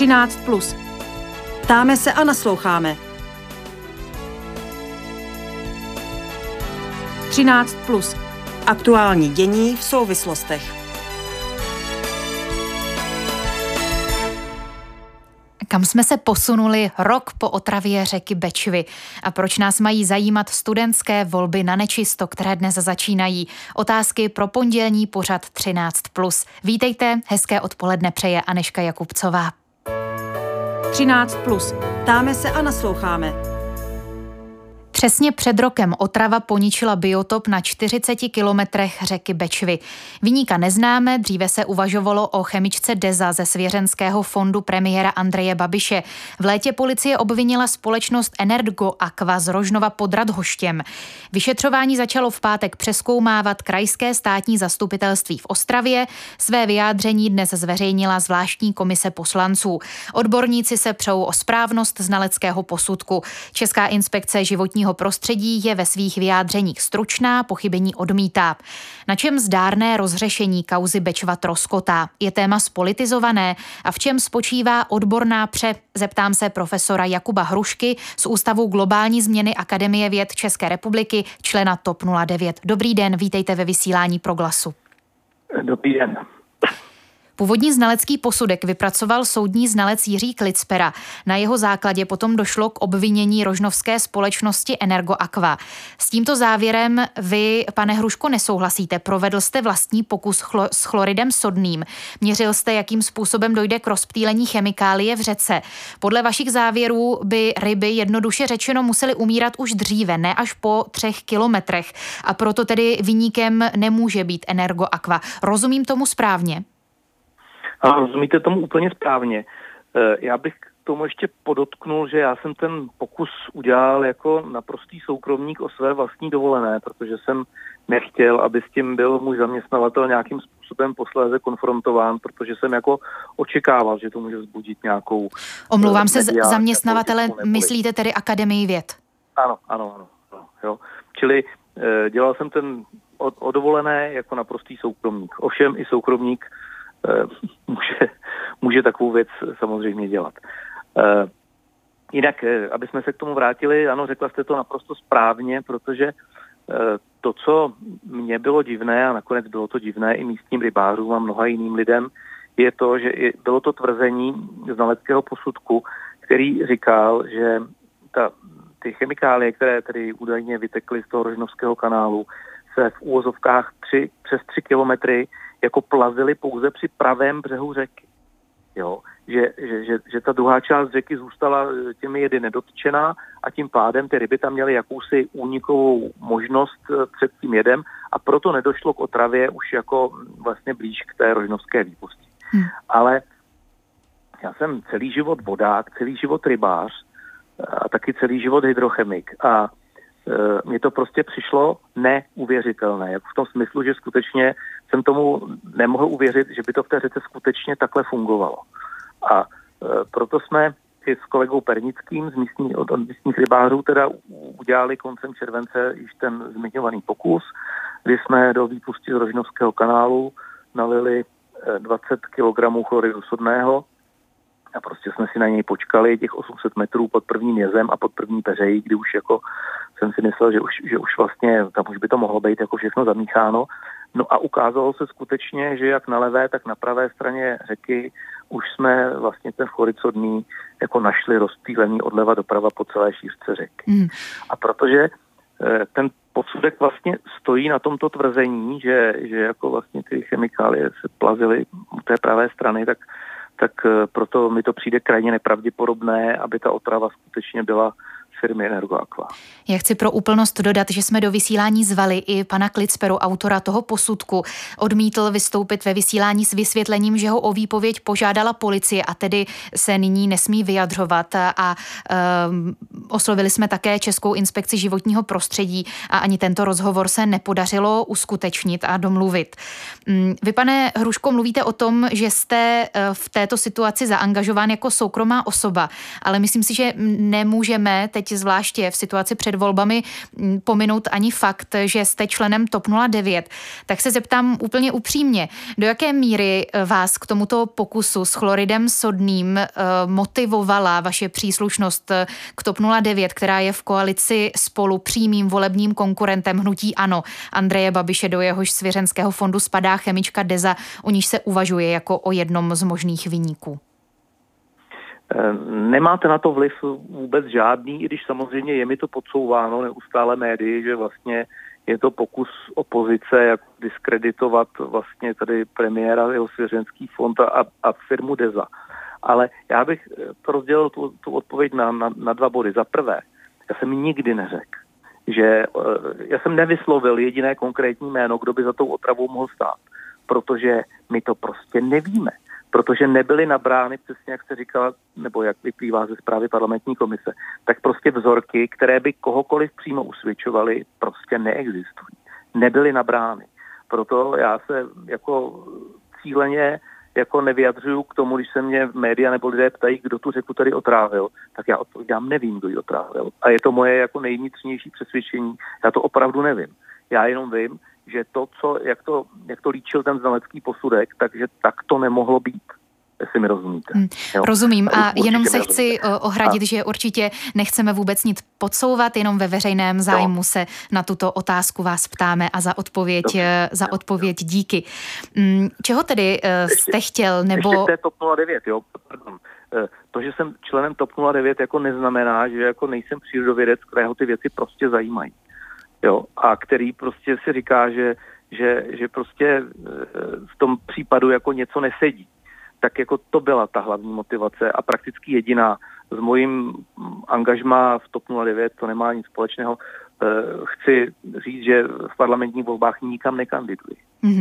13+. Ptáme se a nasloucháme. 13+. Aktuální dění v souvislostech. Kam jsme se posunuli rok po otravě řeky Bečvy a proč nás mají zajímat studentské volby na nečisto, které dnes začínají? Otázky pro pondělní pořad 13+. Vítejte, hezké odpoledne přeje Anežka Jakubcová. 13+. Ptáme se a nasloucháme. Přesně před rokem otrava poničila biotop na 40 kilometrech řeky Bečvy. Viníka neznáme, dříve se uvažovalo o chemičce Deza ze svěřenského fondu premiéra Andreje Babiše. V létě policie obvinila společnost Energoaqua z Rožnova pod Radhoštěm. Vyšetřování začalo v pátek přezkoumávat krajské státní zastupitelství v Ostravě. Své vyjádření dnes zveřejnila zvláštní komise poslanců. Odborníci se přou o správnost znaleckého posudku. Česká inspekce životního prostředí je ve svých vyjádřeních stručná, pochybení odmítá. Na čem zdárné rozřešení kauzy Bečva troskotá? Je téma spolitizované a v čem spočívá odborná pře? Zeptám se profesora Jakuba Hrušky z Ústavu globální změny Akademie věd České republiky, člena TOP 09. Dobrý den, vítejte ve vysílání Proglasu. Dobrý den. Původní znalecký posudek vypracoval soudní znalec Jiří Klicpera. Na jeho základě potom došlo k obvinění rožnovské společnosti Energoaqua. S tímto závěrem vy, pane Hruško, nesouhlasíte. Provedl jste vlastní pokus s chloridem sodným. Měřil jste, jakým způsobem dojde k rozptýlení chemikálie v řece. Podle vašich závěrů by ryby jednoduše řečeno musely umírat už dříve, ne až po 3 kilometrech. A proto tedy viníkem nemůže být Energoaqua. Rozumím tomu správně? A rozumíte tomu úplně správně. Já bych k tomu ještě podotknul, že já jsem ten pokus udělal jako naprostý soukromník o své vlastní dovolené, protože jsem nechtěl, aby s tím byl můj zaměstnavatel nějakým způsobem posléze konfrontován, protože jsem jako očekával, že to může vzbudit nějakou... Omlouvám se, zaměstnavatele, myslíte tedy Akademii věd? Ano. Jo. Čili dělal jsem ten o dovolené jako naprostý soukromník. Ovšem i soukromník může takovou věc samozřejmě dělat. Jinak, aby jsme se k tomu vrátili, ano, řekla jste to naprosto správně, protože to, co mně bylo divné, a nakonec bylo to divné i místním rybářům a mnoha jiným lidem, je to, že bylo to tvrzení znaleckého posudku, který říkal, že ty chemikálie, které tedy údajně vytekly z toho Rožnovského kanálu, se v úvozovkách přes 3 kilometry jako plazily pouze při pravém břehu řeky. Jo? Že ta druhá část řeky zůstala těmi jedy nedotčená a tím pádem ty ryby tam měly jakousi únikovou možnost před tím jedem a proto nedošlo k otravě už jako vlastně blíž k té rožnovské výposti. Ale já jsem celý život vodák, celý život rybář a taky celý život hydrochemik a mně to prostě přišlo neuvěřitelné, jako v tom smyslu, že skutečně jsem tomu nemohl uvěřit, že by to v té řece skutečně takhle fungovalo. A proto jsme i s kolegou Pernickým od místních rybářů teda udělali koncem července již ten zmiňovaný pokus, kdy jsme do výpusti z Rožnovského kanálu nalili 20 kg chloridu sodného a prostě jsme si na něj počkali těch 800 metrů pod prvním jezem a pod první peřejí, kdy už jako jsem si myslel, že už vlastně tam už by to mohlo být jako všechno zamícháno. No a ukázalo se skutečně, že jak na levé, tak na pravé straně řeky už jsme vlastně ten chlorid sodný jako našli rozptýlení odleva doprava po celé šířce řeky. A protože ten posudek vlastně stojí na tomto tvrzení, že jako vlastně ty chemikálie se plazily u té pravé strany, tak proto mi to přijde krajně nepravděpodobné, aby ta otrava skutečně byla firmy Energoaqua. Já chci pro úplnost dodat, že jsme do vysílání zvali i pana Klicperu, autora toho posudku. Odmítl vystoupit ve vysílání s vysvětlením, že ho o výpověď požádala policie a tedy se nyní nesmí vyjadřovat. A oslovili jsme také Českou inspekci životního prostředí a ani tento rozhovor se nepodařilo uskutečnit a domluvit. Vy, pane Hruško, mluvíte o tom, že jste v této situaci zaangažován jako soukromá osoba, ale myslím si, že nemůžeme teď teď zvláště v situaci před volbami pominout ani fakt, že jste členem TOP 09, tak se zeptám úplně upřímně, do jaké míry vás k tomuto pokusu s chloridem sodným motivovala vaše příslušnost k TOP 09, která je v koalici Spolu přímým volebním konkurentem hnutí ANO Andreje Babiše, do jehož svěřenského fondu spadá chemička Deza, o níž se uvažuje jako o jednom z možných viníků. Nemáte na to vliv vůbec žádný, i když samozřejmě je mi to podsouváno neustále médii, že vlastně je to pokus opozice, jak diskreditovat vlastně tady premiéra, jeho svěřenský fond a firmu Deza. Ale já bych to rozdělil tu odpověď na dva body. Za prvé, já jsem nikdy neřekl, že já jsem nevyslovil jediné konkrétní jméno, kdo by za tou otravou mohl stát, protože my to prostě nevíme. Protože nebyly nabrány, přesně jak jste říkala, nebo jak vyplývá ze zprávy parlamentní komise, tak prostě vzorky, které by kohokoliv přímo usvědčovaly, prostě neexistují. Nebyly nabrány. Proto já se jako cíleně jako nevyjadřuju k tomu, když se mě média nebo lidé ptají, kdo tu řeku tady otrávil, tak já odpovídám, nevím, kdo ji otrávil. A je to moje jako nejvnitřnější přesvědčení. Já to opravdu nevím. Já jenom vím, že to, jak to líčil ten znalecký posudek, takže tak to nemohlo být, jestli mi rozumíte. Rozumím a jenom se chci ohradit, že určitě nechceme vůbec nic podsouvat, jenom ve veřejném zájmu se na tuto otázku vás ptáme a za odpověď díky. Čeho tedy jste chtěl, nebo... Ještě TOP 09, jo, pardon. To, že jsem členem TOP 09, jako neznamená, že jako nejsem přírodovědec, kterého ty věci prostě zajímají. Jo, a který prostě si říká, že prostě v tom případu jako něco nesedí. Tak jako to byla ta hlavní motivace a prakticky jediná. S mojím angažmá v TOP 09 to nemá nic společného. Chci říct, že v parlamentních volbách nikam nekandiduji.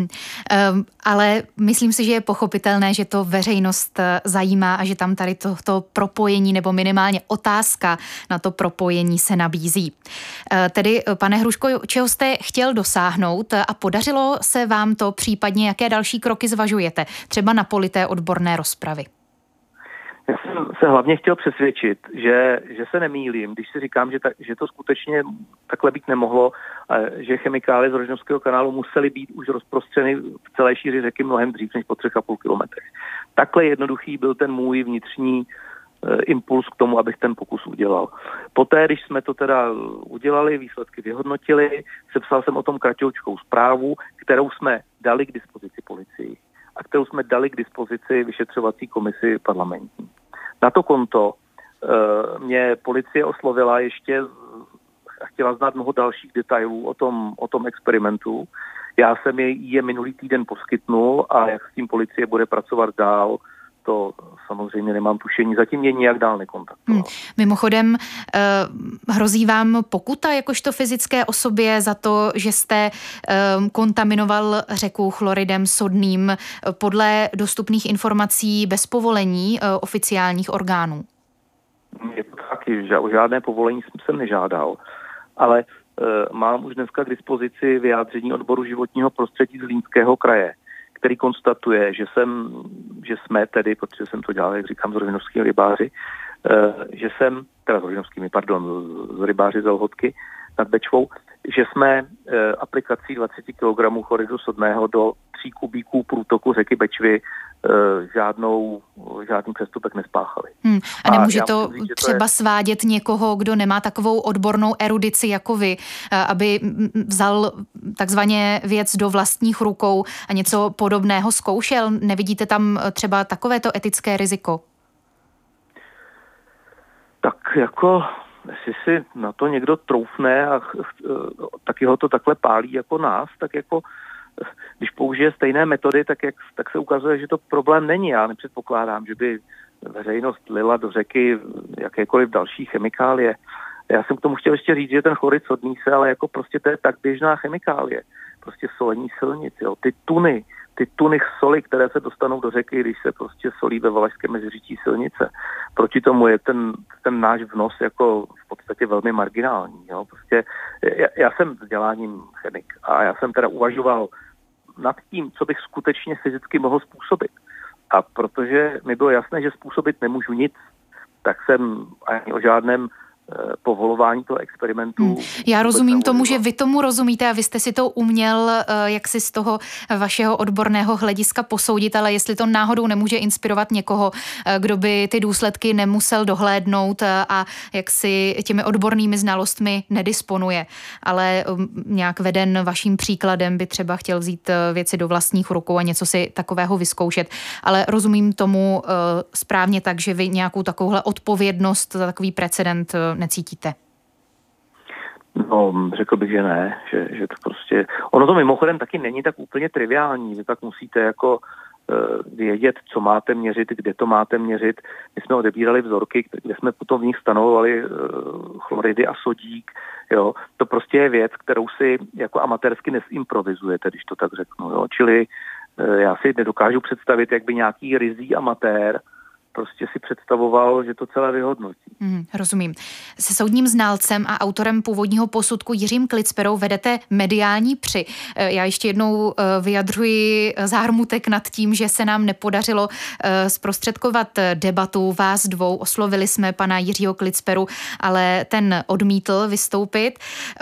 Ale myslím si, že je pochopitelné, že to veřejnost zajímá a že tam tady to propojení nebo minimálně otázka na to propojení se nabízí. Tedy, pane Hruško, čeho jste chtěl dosáhnout a podařilo se vám to, případně jaké další kroky zvažujete, třeba na poli té odborné rozpravy? Já jsem se hlavně chtěl přesvědčit, že se nemýlím, když si říkám, že to skutečně takhle být nemohlo, že chemikálie z Rožnovského kanálu musely být už rozprostřeny v celé šíři řeky mnohem dřív než po 3,5 kilometrech. Takhle jednoduchý byl ten můj vnitřní impuls k tomu, abych ten pokus udělal. Poté, když jsme to teda udělali, výsledky vyhodnotili, sepsal jsem o tom kratoučkou zprávu, kterou jsme dali k dispozici policii a kterou jsme dali k dispozici vyšetřovací komisi parlamentní. Na to konto mě policie oslovila ještě a chtěla znát mnoho dalších detailů o tom experimentu. Já jsem je minulý týden poskytnul a jak s tím policie bude pracovat dál, to samozřejmě nemám tušení. Zatím mě nijak dál nekontaktoval. Mimochodem, hrozí vám pokuta jakožto fyzické osobě za to, že jste kontaminoval řeku chloridem sodným podle dostupných informací bez povolení oficiálních orgánů? Je to taky, o žádné povolení jsem nežádal, ale mám už dneska k dispozici vyjádření odboru životního prostředí z Zlínského kraje, který konstatuje, že jsme tedy, protože jsem to dělal, jak říkám, z rožnovskými rybáři, z rybáři z Lhotky nad Bečvou, že jsme aplikací 20 kg chloridu sodného do 3 kubíků průtoku řeky Bečvy žádný přestupek nespáchali. A nemůže to třeba svádět někoho, kdo nemá takovou odbornou erudici jako vy, aby vzal takzvaně věc do vlastních rukou a něco podobného zkoušel? Nevidíte tam třeba takovéto etické riziko? Tak jako, jestli si na to někdo troufne a taky ho to takhle pálí jako nás, tak jako když použije stejné metody, tak se ukazuje, že to problém není. Já nepředpokládám, že by veřejnost lila do řeky jakékoliv další chemikálie. Já jsem k tomu chtěl ještě říct, že ten chlorid sodný se, ale jako prostě to je tak běžná chemikálie. Prostě solení silnic, jo. Ty tuny soli, které se dostanou do řeky, když se prostě solí ve Valašském meziříčí silnice. Proti tomu je ten náš vnos jako v podstatě velmi marginální. Jo. Prostě já jsem vzděláním chemik a já jsem teda uvažoval nad tím, co bych skutečně fyzicky mohl způsobit. A protože mi bylo jasné, že způsobit nemůžu nic, tak jsem ani o žádném povolování toho experimentu. Já rozumím tomu, že vy tomu rozumíte a vy jste si to uměl jaksi z toho vašeho odborného hlediska posoudit, ale jestli to náhodou nemůže inspirovat někoho, kdo by ty důsledky nemusel dohlédnout a jaksi těmi odbornými znalostmi nedisponuje, ale nějak veden vaším příkladem by třeba chtěl vzít věci do vlastních rukou a něco si takového vyzkoušet. Ale rozumím tomu správně tak, že vy nějakou takovouhle odpovědnost za takový precedent necítíte? No, řekl bych, že ne, že to prostě... Ono to mimochodem taky není tak úplně triviální, vy tak musíte jako vědět, co máte měřit, kde to máte měřit. My jsme odebírali vzorky, kde jsme potom v nich stanovovali chloridy a sodík. Jo. To prostě je věc, kterou si jako amatérsky nesimprovizujete, když to tak řeknu. Jo. Čili já si nedokážu představit, jak by nějaký ryzí amatér prostě si představoval, že to celé vyhodnotí. Rozumím. Se soudním znalcem a autorem původního posudku Jiřím Klicperou vedete mediální při. Já ještě jednou vyjadřuji zármutek nad tím, že se nám nepodařilo zprostředkovat debatu vás dvou. Oslovili jsme pana Jiřího Klicperu, ale ten odmítl vystoupit.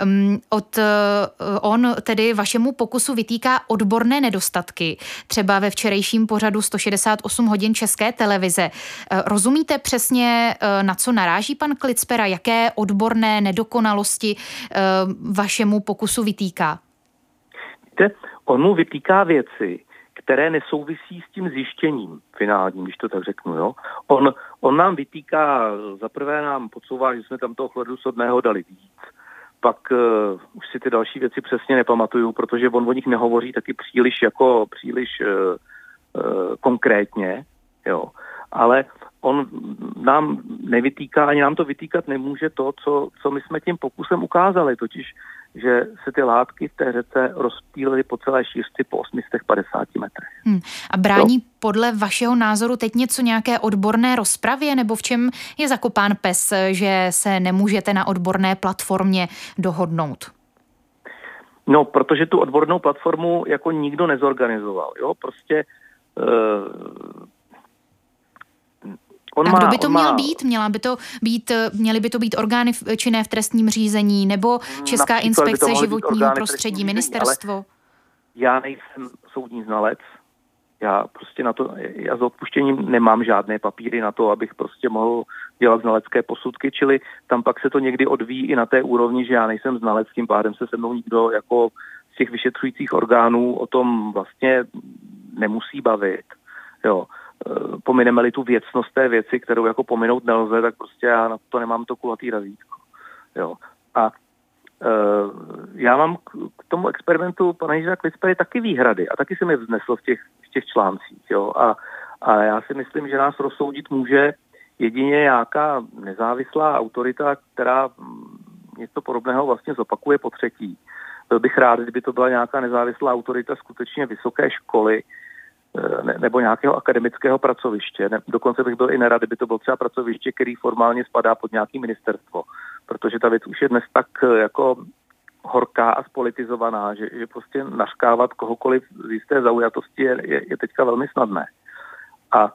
On tedy vašemu pokusu vytýká odborné nedostatky. Třeba ve včerejším pořadu 168 hodin České televize. Rozumíte přesně, na co naráží pan Klicpera? Jaké odborné nedokonalosti vašemu pokusu vytýká? Víte, on mu vytýká věci, které nesouvisí s tím zjištěním finálním, když to tak řeknu. Jo? On nám vytýká, zaprvé nám podsouvá, že jsme tam toho chloridu sodného dali víc, pak už si ty další věci přesně nepamatuju, protože on o nich nehovoří taky příliš konkrétně, jo. Ale on nám nevytýká, ani nám to vytýkat nemůže to, co my jsme tím pokusem ukázali, totiž, že se ty látky v té řece rozptýlily po celé šířce po 850 metrech. A brání podle vašeho názoru teď něco nějaké odborné rozpravě, nebo v čem je zakopán pes, že se nemůžete na odborné platformě dohodnout? No, protože tu odbornou platformu jako nikdo nezorganizoval, jo, prostě... Kdo by to měl být? Měly by to být orgány činné v trestním řízení nebo Česká inspekce životního prostředí, ministerstvo? Já nejsem soudní znalec. Já prostě já s odpuštěním nemám žádné papíry na to, abych prostě mohl dělat znalecké posudky, čili tam pak se to někdy odvíjí i na té úrovni, že já nejsem znalec, tím pádem se mnou nikdo jako z těch vyšetřujících orgánů o tom vlastně nemusí bavit. Jo. Pomineme-li tu věcnost té věci, kterou jako pominout nelze, tak prostě já na to nemám to kulatý razítko. Jo. A já mám k tomu experimentu pana Jiřího Klicpery taky výhrady a taky jsem je vznesl v těch článcích. Jo. A já si myslím, že nás rozsoudit může jedině nějaká nezávislá autorita, která něco podobného vlastně zopakuje po třetí. Byl bych rád, kdyby to byla nějaká nezávislá autorita skutečně vysoké školy, nebo nějakého akademického pracoviště. Dokonce bych byl i nerad, kdyby to bylo třeba pracoviště, který formálně spadá pod nějaké ministerstvo. Protože ta věc už je dnes tak jako horká a spolitizovaná, že prostě nařkávat kohokoliv z jisté zaujatosti je teďka velmi snadné. A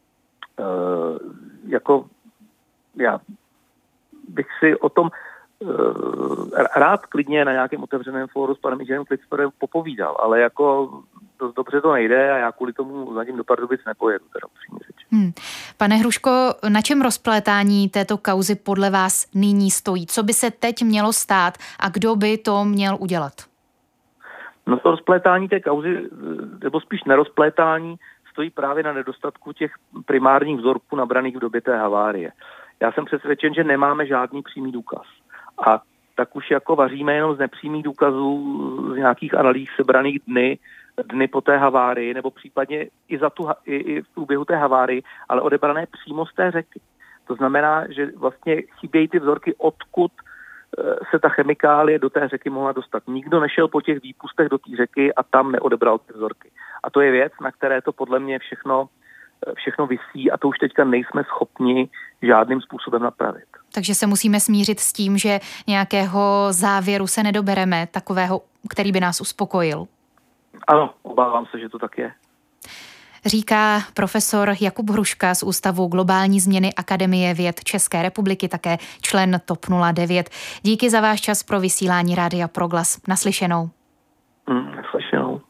jako já bych si o tom rád klidně na nějakém otevřeném fóru s panem Jiřím Klicperem popovídal, ale jako dost dobře to nejde a já kvůli tomu zatím do Pardubic nepojedu, teda upřímně řečeno. Pane Hruško, na čem rozplétání této kauzy podle vás nyní stojí? Co by se teď mělo stát a kdo by to měl udělat? No to rozplétání té kauzy, nebo spíš nerozplétání, stojí právě na nedostatku těch primárních vzorků nabraných v době té havárie. Já jsem přesvědčen, že nemáme žádný přímý důkaz. A tak už jako vaříme jenom z nepřímých důkazů, z nějakých analýz sebraných dny po té havárii, nebo případně i v průběhu té havárii, ale odebrané přímo z té řeky. To znamená, že vlastně chybějí ty vzorky, odkud se ta chemikálie do té řeky mohla dostat. Nikdo nešel po těch výpustech do té řeky a tam neodebral ty vzorky. A to je věc, na které to podle mě všechno visí a to už teďka nejsme schopni žádným způsobem napravit. Takže se musíme smířit s tím, že nějakého závěru se nedobereme, takového, který by nás uspokojil. Ano, obávám se, že to tak je. Říká profesor Jakub Hruška z Ústavu globální změny Akademie věd České republiky, také člen TOP 09. Díky za váš čas pro vysílání Rádia Proglas. Naslyšenou. Naslyšenou.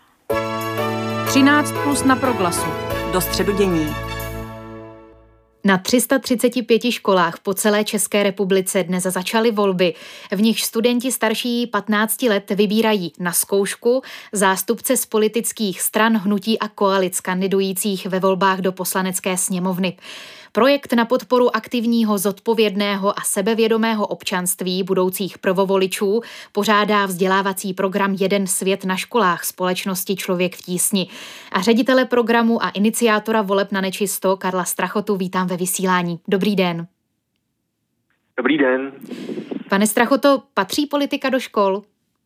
13+ na Proglasu. Do středu dění. Na 335 školách po celé České republice dnes začaly volby, v nichž studenti starší 15 let vybírají na zkoušku zástupce z politických stran, hnutí a koalic kandidujících ve volbách do Poslanecké sněmovny. Projekt na podporu aktivního, zodpovědného a sebevědomého občanství budoucích prvovoličů pořádá vzdělávací program Jeden svět na školách společnosti Člověk v tísni. A ředitele programu a iniciátora voleb na nečisto Karla Strachotu vítám ve vysílání. Dobrý den. Dobrý den. Pane Strachoto, patří politika do škol?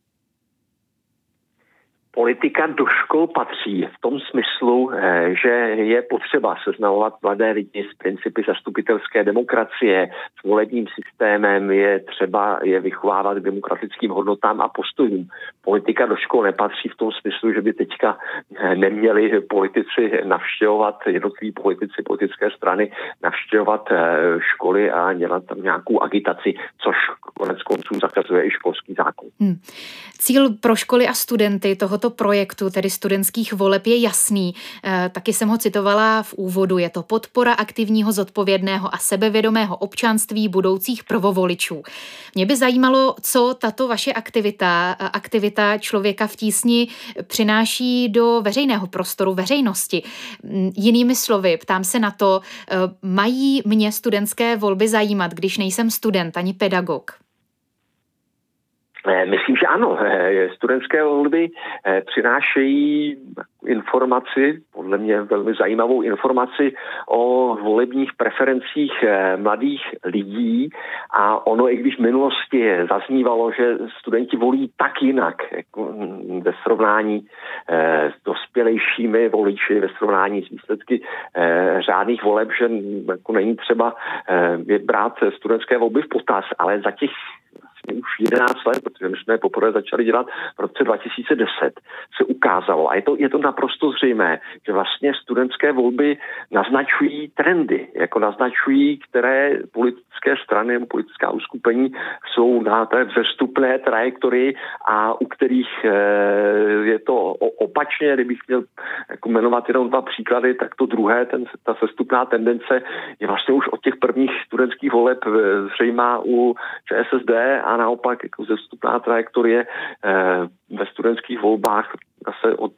Politika do škol patří v tom smyslu, že je potřeba seznamovat mladé lidi s principy zastupitelské demokracie, s volebním systémem, je třeba je vychovávat k demokratickým hodnotám a postojům. Politika do škol nepatří v tom smyslu, že by teďka neměli politici navštěvovat, jednotliví politici, politické strany navštěvovat školy a dělat tam nějakou agitaci, což konec konců zakazuje i školský zákon. Cíl pro školy a studenty tohoto projektu, tedy studentských voleb, je jasný. Taky jsem ho citovala v úvodu. Je to podpora aktivního, zodpovědného a sebevědomého občanství budoucích prvovoličů. Mě by zajímalo, co tato vaše aktivita Člověka v tísni přináší do veřejného prostoru, veřejnosti. Jinými slovy, ptám se na to, mají mě studentské volby zajímat, když nejsem student ani pedagog? Myslím, že ano. Studentské volby přinášejí informaci, podle mě velmi zajímavou informaci o volebních preferencích mladých lidí a ono, i když v minulosti zaznívalo, že studenti volí tak jinak, jako ve srovnání s dospělejšími voliči, ve srovnání s výsledky řádných voleb, že jako není třeba brát studentské volby v potaz, ale za těch už 11 let, protože my jsme poprvé začali dělat v roce 2010, se ukázalo, a je to naprosto zřejmé, že vlastně studentské volby naznačují trendy, jako naznačují, které politické strany nebo politická uskupení jsou na té vzestupné trajektorii a u kterých je to opačně. Kdybych měl jako jmenovat jenom 2 příklady, tak to druhé, ta sestupná tendence je vlastně už od těch prvních studentských voleb zřejmá u ČSSD a naopak jako zestupná trajektorie ve studentských volbách zase od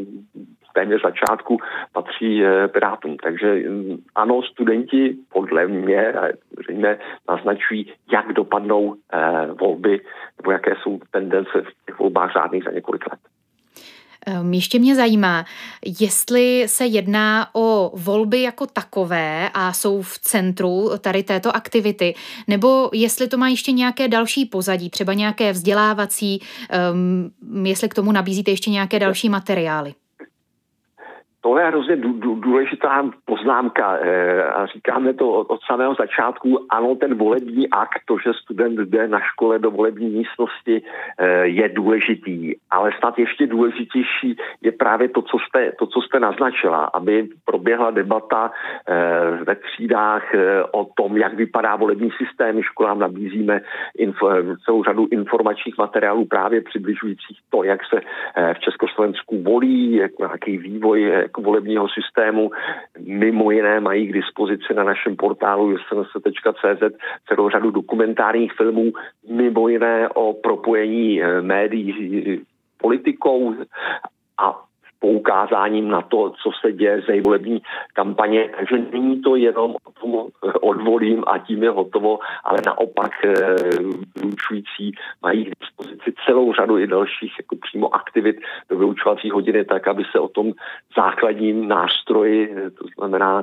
téměř začátku patří Pirátům. Takže ano, studenti podle mě zřejmě naznačují, jak dopadnou volby nebo jaké jsou tendence v těch volbách řádných za několik let. Ještě mě zajímá, jestli se jedná o volby jako takové a jsou v centru tady této aktivity, nebo jestli to má ještě nějaké další pozadí, třeba nějaké vzdělávací, jestli k tomu nabízíte ještě nějaké další materiály. To je hrozně důležitá poznámka a říkáme to od samého začátku. Ano, ten volební akt, to, že student jde na škole do volební místnosti, je důležitý, ale snad ještě důležitější je právě to, co jste naznačila, aby proběhla debata ve třídách o tom, jak vypadá volební systém. Školám nabízíme celou řadu informačních materiálů právě přibližujících to, jak se v Československu volí, jako nějaký vývoj volebního systému. Mimo jiné mají k dispozici na našem portálu sns.cz celou řadu dokumentárních filmů, mimo jiné o propojení médií politikou a poukázáním na to, co se děje z volební kampaně. Takže není to jenom o tom odvolím a tím je hotovo, ale naopak vyučující mají k dispozici celou řadu i dalších jako přímo aktivit do vyučovací hodiny, tak aby se o tom základním nástroji, to znamená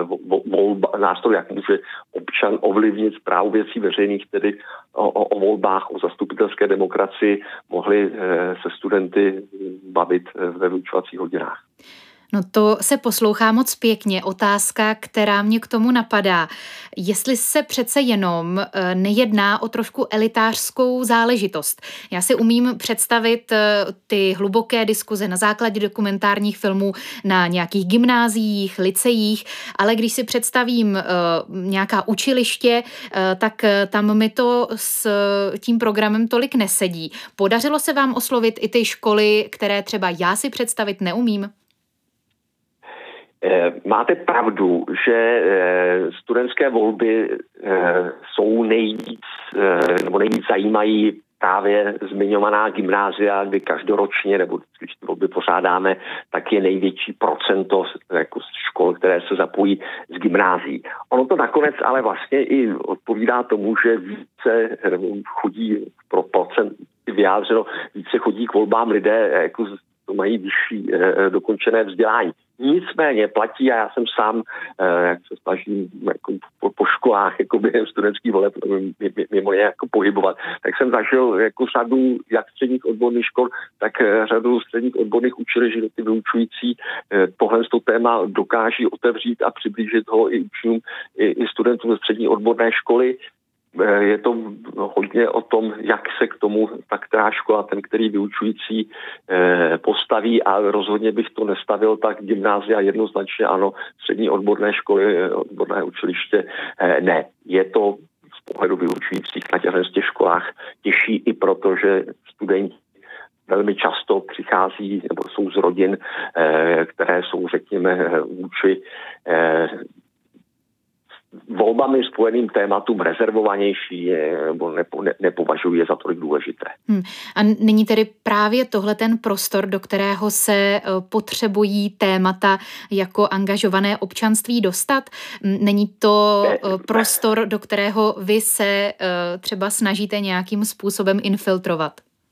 nástroj, jak může občan ovlivnit správu věcí veřejných, tedy o volbách, o zastupitelské demokracii, mohli se studenty bavit ve vyučovacích hodinách. No to se poslouchá moc pěkně. Otázka, která mě k tomu napadá. Jestli se přece jenom nejedná o trošku elitářskou záležitost. Já si umím představit ty hluboké diskuze na základě dokumentárních filmů na nějakých gymnáziích, lyceích, ale když si představím nějaká učiliště, tak tam mi to s tím programem tolik nesedí. Podařilo se vám oslovit i ty školy, které třeba já si představit neumím? Máte pravdu, že studentské volby jsou nejvíc zajímají právě zmiňovaná gymnázia, kdy každoročně, nebo když ty volby pořádáme, tak je největší procento jako škol, které se zapojí z gymnázií. Ono to nakonec ale vlastně i odpovídá tomu, že více chodí pro procent vyjádřeno, více chodí k volbám lidé, jako to mají vyšší dokončené vzdělání. Nicméně platí, a já jsem sám, jak se snažím jako po školách jako během studentských voleb mimo ně jako pohybovat, tak jsem zažil jako řadu jak středních odborných škol, tak řadu středních odborných učilišť, že ty vyučující tohle téma dokáží otevřít a přiblížit ho i učňům, i studentům ze střední odborné školy. Je to hodně o tom, jak se k tomu ta která škola, ten, který vyučující postaví, a rozhodně bych to nestavil tak gymnázia jednoznačně ano, střední odborné školy, odborné učiliště ne. Je to z pohledu vyučujících na těch školách těžší i proto, že studenti velmi často přichází nebo jsou z rodin, které jsou, řekněme, vůči volbami spojeným tématům rezervovanější nebo nepovažuji je za tolik důležité. A není tedy právě tohle ten prostor, do kterého se potřebují témata jako angažované občanství dostat? Není to prostor, do kterého vy se třeba snažíte nějakým způsobem infiltrovat?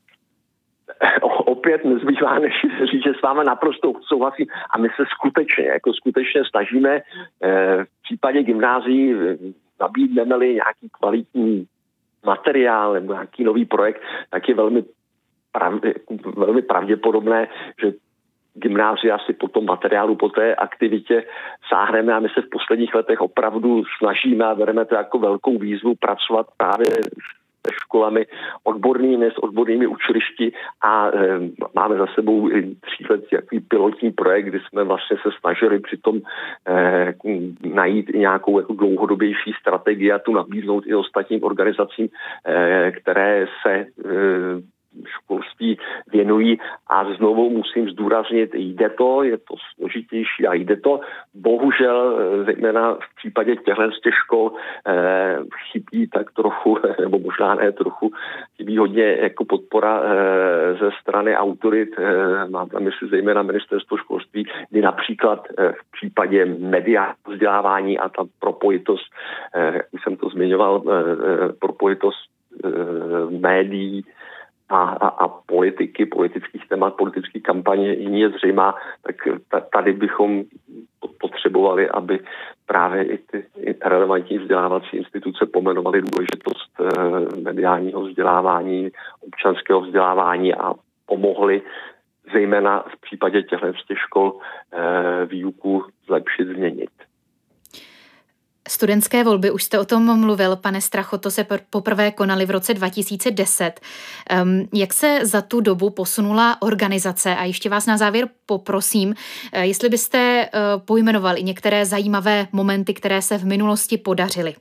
Opět nezbývá, než říct, že s vámi naprosto souhlasím a my se skutečně snažíme v případě gymnázií nabídneme-li nějaký kvalitní materiál nebo nějaký nový projekt, tak je velmi pravděpodobné, že gymnázia si po tom materiálu, po té aktivitě sáhneme a my se v posledních letech opravdu snažíme a bereme to jako velkou výzvu pracovat právě se školami odbornými, s odbornými učilišti a máme za sebou 3letý pilotní projekt, kdy jsme vlastně se snažili přitom najít i nějakou jako dlouhodobější strategii a tu nabídnout i ostatním organizacím, které se školství věnují a znovu musím zdůraznit, je to složitější a jde to. Bohužel, zejména v případě těchto z těch škol chybí tak trochu, nebo možná ne trochu, chybí hodně jako podpora ze strany autorit. Mám na mysli zejména ministerstvo školství, kdy například v případě mediálního vzdělávání a ta propojitost, jak už jsem to zmiňoval, propojitost médií a politických témat, politických kampaně je zřejmá, tak tady bychom potřebovali, aby právě i ty relevantní vzdělávací instituce pomenovaly důležitost mediálního vzdělávání, občanského vzdělávání a pomohly zejména v případě těchto škol výuku zlepšit, změnit. Studentské volby, už jste o tom mluvil, pane Strachoto, se poprvé konaly v roce 2010. Jak se za tu dobu posunula organizace? A ještě vás na závěr poprosím, jestli byste pojmenoval i některé zajímavé momenty, které se v minulosti podařily.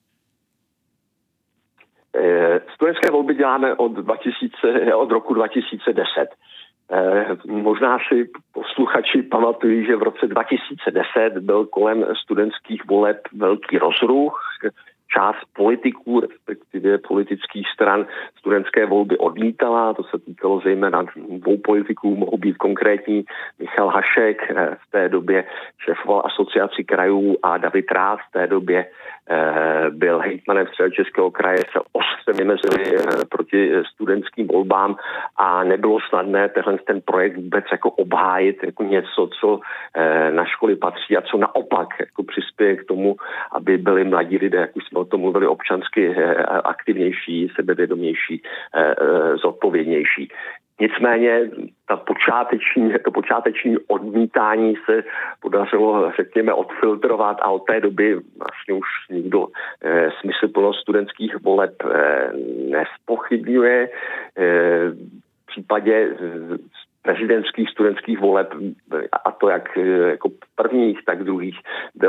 Studentské volby děláme od roku 2010. Možná si posluchači pamatují, že v roce 2010 byl kolem studentských voleb velký rozruch. Část politiků, respektive politických stran, studentské volby odmítala. To se týkalo zejména dvou politiků, mohou být konkrétní. Michal Hašek v té době šéfoval asociaci krajů a David Rád v té době byl hejtmanem Středočeského kraje, se ostře vymezili proti studentským volbám a nebylo snadné ten projekt vůbec jako obhájit jako něco, co na školy patří a co naopak jako přispěje k tomu, aby byli mladí lidé, jak už jsme o tom mluvili, občansky aktivnější, sebevědomější, zodpovědnější. Nicméně to počáteční odmítání se podařilo, řekněme, odfiltrovat a od té doby vlastně už nikdo smysluplnost studentských voleb nespochybňuje. V případě prezidentských studentských voleb, a to jak jako prvních, tak druhých,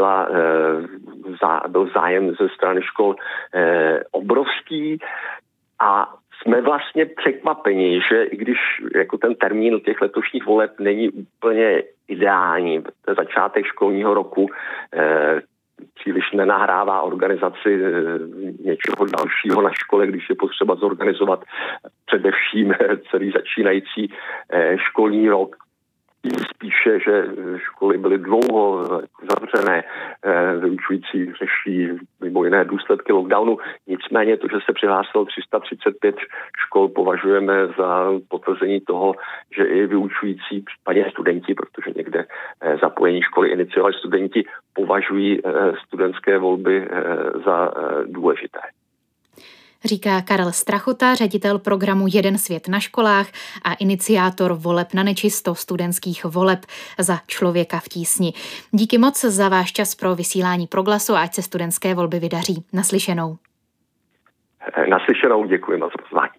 byl zájem ze strany škol obrovský a jsme vlastně překvapeni, že i když jako ten termín těch letošních voleb není úplně ideální, začátek školního roku příliš nenahrává organizaci něčeho dalšího na škole, když je potřeba zorganizovat především celý začínající školní rok. Tím spíše, že školy byly dlouho zavřené, vyučující řeší mimo jiné důsledky lockdownu. Nicméně to, že se přihlásilo 335 škol, považujeme za potvrzení toho, že i vyučující, případně studenti, protože někde zapojení školy iniciovali studenti, považují studentské volby za důležité. Říká Karel Strachota, ředitel programu Jeden svět na školách a iniciátor voleb na nečisto studentských voleb za Člověka v tísni. Díky moc za váš čas pro vysílání Proglasu a ať se studentské volby vydaří. Naslyšenou. Naslyšenou, děkuji za pozvání.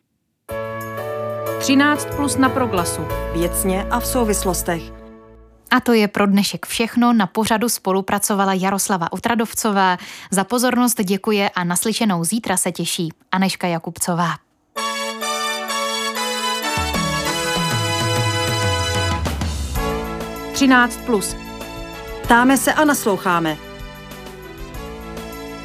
13+ na Proglasu. Věcně a v souvislostech. A to je pro dnešek všechno. Na pořadu spolupracovala Jaroslava Otradovcová. Za pozornost děkuje a naslyšenou zítra se těší Anežka Jakubcová. +. Ptáme se a nasloucháme.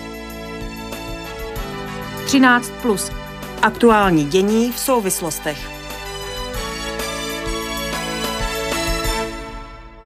13+. Aktuální dění v souvislostech.